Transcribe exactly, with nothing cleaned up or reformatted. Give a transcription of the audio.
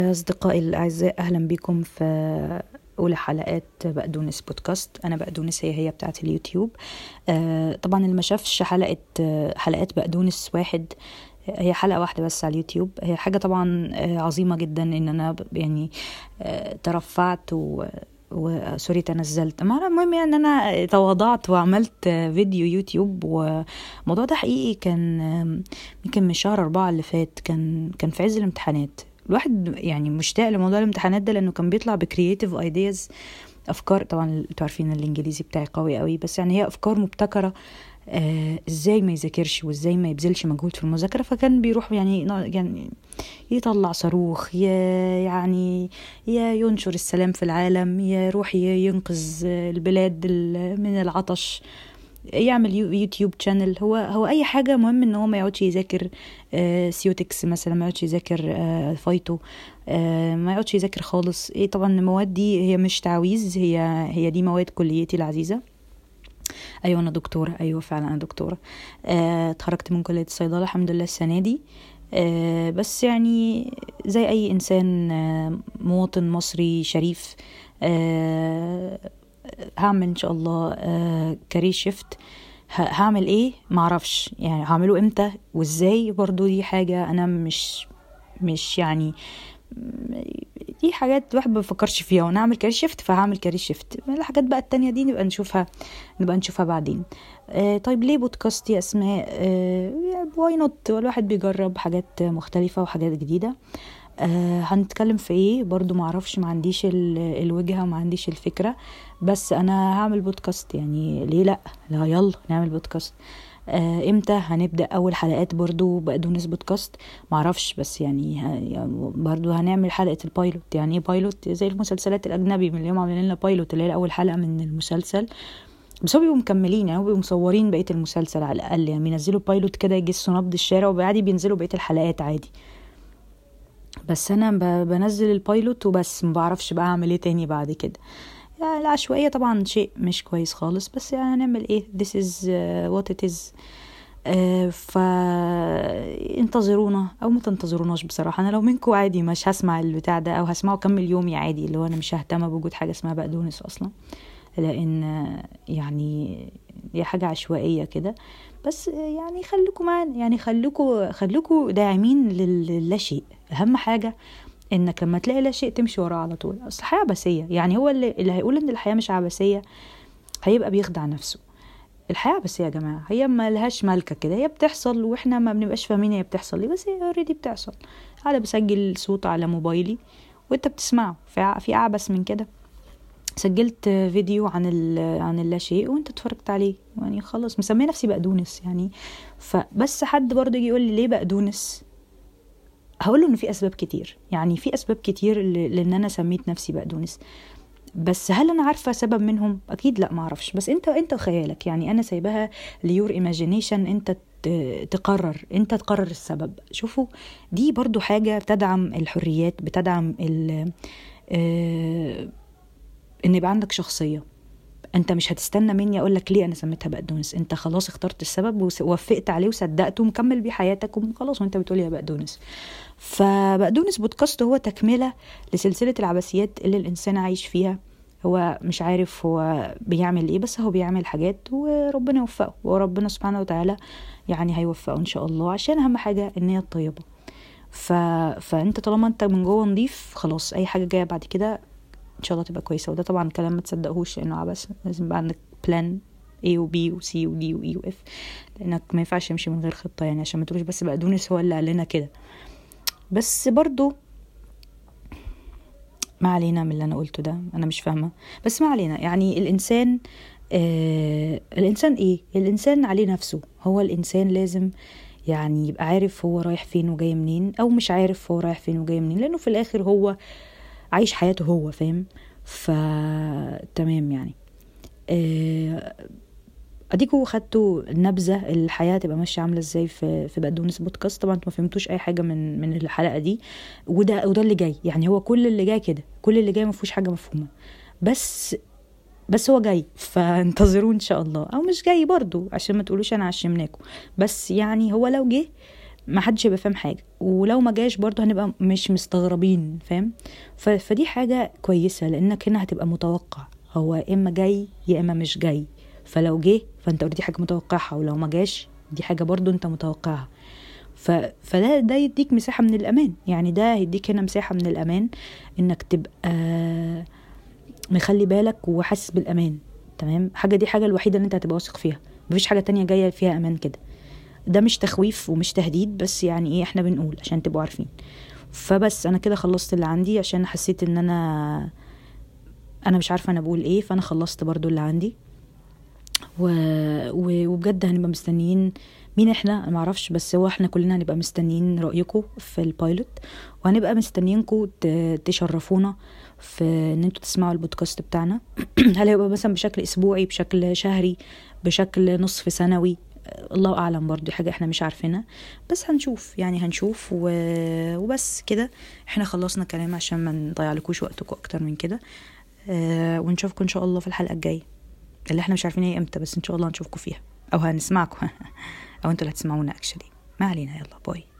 أصدقائي الأعزاء، أهلا بكم في أولى حلقات بقدونس بودكاست. أنا بقدونس، هي هي بتاعت اليوتيوب. آه طبعا اللي ما شافش حلقة حلقات بقدونس واحد، هي حلقة واحدة بس على اليوتيوب. هي حاجة طبعا عظيمة جدا إن أنا يعني ترفعت و وسوري تنزلت. المهم يعني ان انا تواضعت وعملت فيديو يوتيوب، والموضوع ده حقيقي كان يمكن من شهر أربعة اللي فات. كان كان في عز الامتحانات. الواحد يعني مشتاق لموضوع الامتحانات ده لانه كان بيطلع بكرييتيف ايدياز، افكار. طبعا انتوا عارفين الانجليزي بتاعي قوي قوي، بس يعني هي افكار مبتكره. آه ازاي ما يذاكرش وازاي ما يبذلش مجهود في المذاكره. فكان بيروح يعني يعني يطلع صاروخ، يعني يا ينشر السلام في العالم، يروح ينقذ البلاد من العطش، يعمل يوتيوب channel. هو هو اي حاجه، مهم ان هو ما يقعدش يذاكر آه سيوتكس مثلا، ما يقعدش يذاكر آه فايتو، آه ما يقعدش يذاكر خالص. ايه طبعا المواد دي هي مش تعويذ، هي هي دي مواد كليتي العزيزه. ايوه انا دكتوره، ايوه فعلا انا دكتوره. آه اتخرجت من كليه الصيدله الحمد لله السنه دي. آه بس يعني زي اي انسان آه مواطن مصري شريف، آه هعمل ان شاء الله آه كارير شيفت. هعمل ايه معرفش، يعني هعمله امتى وازاي، برضو دي حاجة انا مش مش يعني دي حاجات الواحد ما بفكرش فيها. وانا اعمل كارير شيفت فهعمل كارير شيفت. الحاجات بقى التانية دي نبقى نشوفها نبقى نشوفها بعدين. آه طيب ليه بودكاست يا اسماء؟ آه واي نوت، والواحد بيجرب حاجات مختلفة وحاجات جديدة. آه هنتكلم في ايه برضو معرفش، ما عنديش الوجهة وما عنديش الفكرة، بس انا هعمل بودكاست. يعني ليه لا لا يلا نعمل بودكاست. آه امتى هنبدأ اول حلقات برضو بقدونس بودكاست معرفش، بس يعني برضو هنعمل حلقة البايلوت. يعني ايه بايلوت؟ زي المسلسلات الاجنبي، من اليوم عاملين لنا بايلوت اللي هي اول حلقة من المسلسل، بس هو بيبقوا مكملين، يعني بيبقوا مصورين بقية المسلسل على الاقل. يعني بينزلوا بايلوت كده يجسوا نبض الشارع، وبعدي بينزلوا بقية الحلقات عادي. بس انا بنزل البايلوت وبس، ما بعرفش بقى اعمل ايه تاني بعد كده. يعني العشوائية طبعا شيء مش كويس خالص، بس يعني هنعمل ايه، this is uh, what it is. uh, فانتظرونا او ما تنتظروناش. بصراحة انا لو منكم عادي مش هسمع البتاع ده، او هسمعه كمل يومي عادي، اللي هو انا مش ههتم بوجود حاجة اسمها بقدونس اصلا، لان يعني دي حاجة عشوائية كده. بس يعني خليكم معانا، يعني خليكم خليكم داعمين للا شيء. اهم حاجة انك لما تلاقي لا شيء تمشي وراه على طول. اصل الحياة عبثية، يعني هو اللي, اللي هيقول ان الحياة مش عبثية هيبقى بيخدع نفسه. الحياة عبثية يا جماعة، هي ما لهاش مالكة كده، هي بتحصل واحنا ما بنبقاش فاهمين هي بتحصل ليه، بس هي اوريدي بتحصل. انا بسجل صوت على موبايلي وانت بتسمعه، في اعبث من كده؟ سجلت فيديو عن عن اللاشيء وانت اتفرجت عليه، يعني خلاص مسميه نفسي بقدونس يعني. فبس حد برضه يجي يقول لي ليه بقدونس، هقوله ان في اسباب كتير. يعني في اسباب كتير لان انا سميت نفسي بقدونس، بس هل انا عارفه سبب منهم؟ اكيد لا ما اعرفش، بس انت انت وخيالك. يعني انا سايبها ليور ايماجينيشن، انت تقرر انت تقرر السبب. شوفوا دي برضو حاجه بتدعم الحريات، بتدعم ال آه ان يبقى عندك شخصيه. انت مش هتستنى مني اقول لك ليه انا سميتها بقدونس، انت خلاص اخترت السبب ووفقت عليه وصدقته ومكمل بيه حياتك وخلاص، وانت بتقول يا بقدونس. فبقدونس بودكاست هو تكمله لسلسله العبثيات اللي الانسان عايش فيها. هو مش عارف هو بيعمل ايه، بس هو بيعمل حاجات وربنا يوفقه، وربنا سبحانه وتعالى يعني هيوفقه ان شاء الله، عشان اهم حاجه النيه الطيبه. ف... فانت طالما انت من جوه نضيف، خلاص اي حاجه جايه بعد كده ان شاء الله تبقى كويسه. وده طبعا كلام ما تصدقهوش لانه عبث، لازم يبقى عندك بلان A و B و C و D و E و F، لانك ما ينفعش تمشي من غير خطه. يعني عشان ما تقولوش بس بقدونس هو اللي قال لنا كده. بس برضو ما علينا من اللي انا قلته ده، انا مش فاهمه، بس ما علينا. يعني الانسان آه الانسان ايه الانسان عليه نفسه. هو الانسان لازم يعني يبقى عارف هو رايح فين وجاي منين، او مش عارف هو رايح فين وجاي منين، لانه في الاخر هو عايش حياته هو، فاهم؟ فتمام يعني. آه، اديكوا خدتوا نبذه الحياه تبقى ماشيه عامله ازاي في في بقدونس بودكاست. طبعا انتوا ما فهمتوش اي حاجه من من الحلقه دي، وده وده اللي جاي. يعني هو كل اللي جاي كده، كل اللي جاي ما فيهوش حاجه مفهومه، بس بس هو جاي، فانتظروه ان شاء الله. او مش جاي برضو عشان ما تقولوش انا عشمناكم، بس يعني هو لو جه ما حدش يبقى فاهم حاجه، ولو ما جاش برضه هنبقى مش مستغربين، فاهم؟ فدي حاجه كويسه، لانك هنا هتبقى متوقع هو اما جاي يا اما مش جاي. فلو جه فانت اوريدي حاجه متوقعها، ولو ما جاش دي حاجه برضه انت متوقعها. ف... فده ده يديك مساحه من الامان، يعني ده يديك هنا مساحه من الامان انك تبقى مخلي بالك وحاسس بالامان. تمام، حاجه دي حاجه الوحيده اللي انت هتبقى واثق فيها، مفيش حاجه تانية جايه فيها امان كده. ده مش تخويف ومش تهديد، بس يعني ايه، احنا بنقول عشان تبقوا عارفين. فبس انا كده خلصت اللي عندي، عشان حسيت ان انا انا مش عارفه انا بقول ايه، فانا خلصت برضو اللي عندي. و... و... وبجد هنبقى مستنيين مين احنا، انا معرفش، بس هو احنا كلنا هنبقى مستنيين رأيكم في البايلوت، وهنبقى مستنيينكم ت... تشرفونا في ان انتوا تسمعوا البودكاست بتاعنا. هل هيبقى مثلا بشكل اسبوعي، بشكل شهري، بشكل نصف سنوي، الله اعلم، برضو حاجة احنا مش عارفينها، بس هنشوف يعني هنشوف. و... وبس كده احنا خلصنا كلام عشان ما نضيع لكوش وقتكم اكتر من كده. أه ونشوفكم ان شاء الله في الحلقة الجاية، اللي احنا مش عارفين ايه امتى، بس ان شاء الله هنشوفكم فيها او هنسمعكم او انتوا اللي هتسمعونا اكشلي، ما علينا. يلا باي.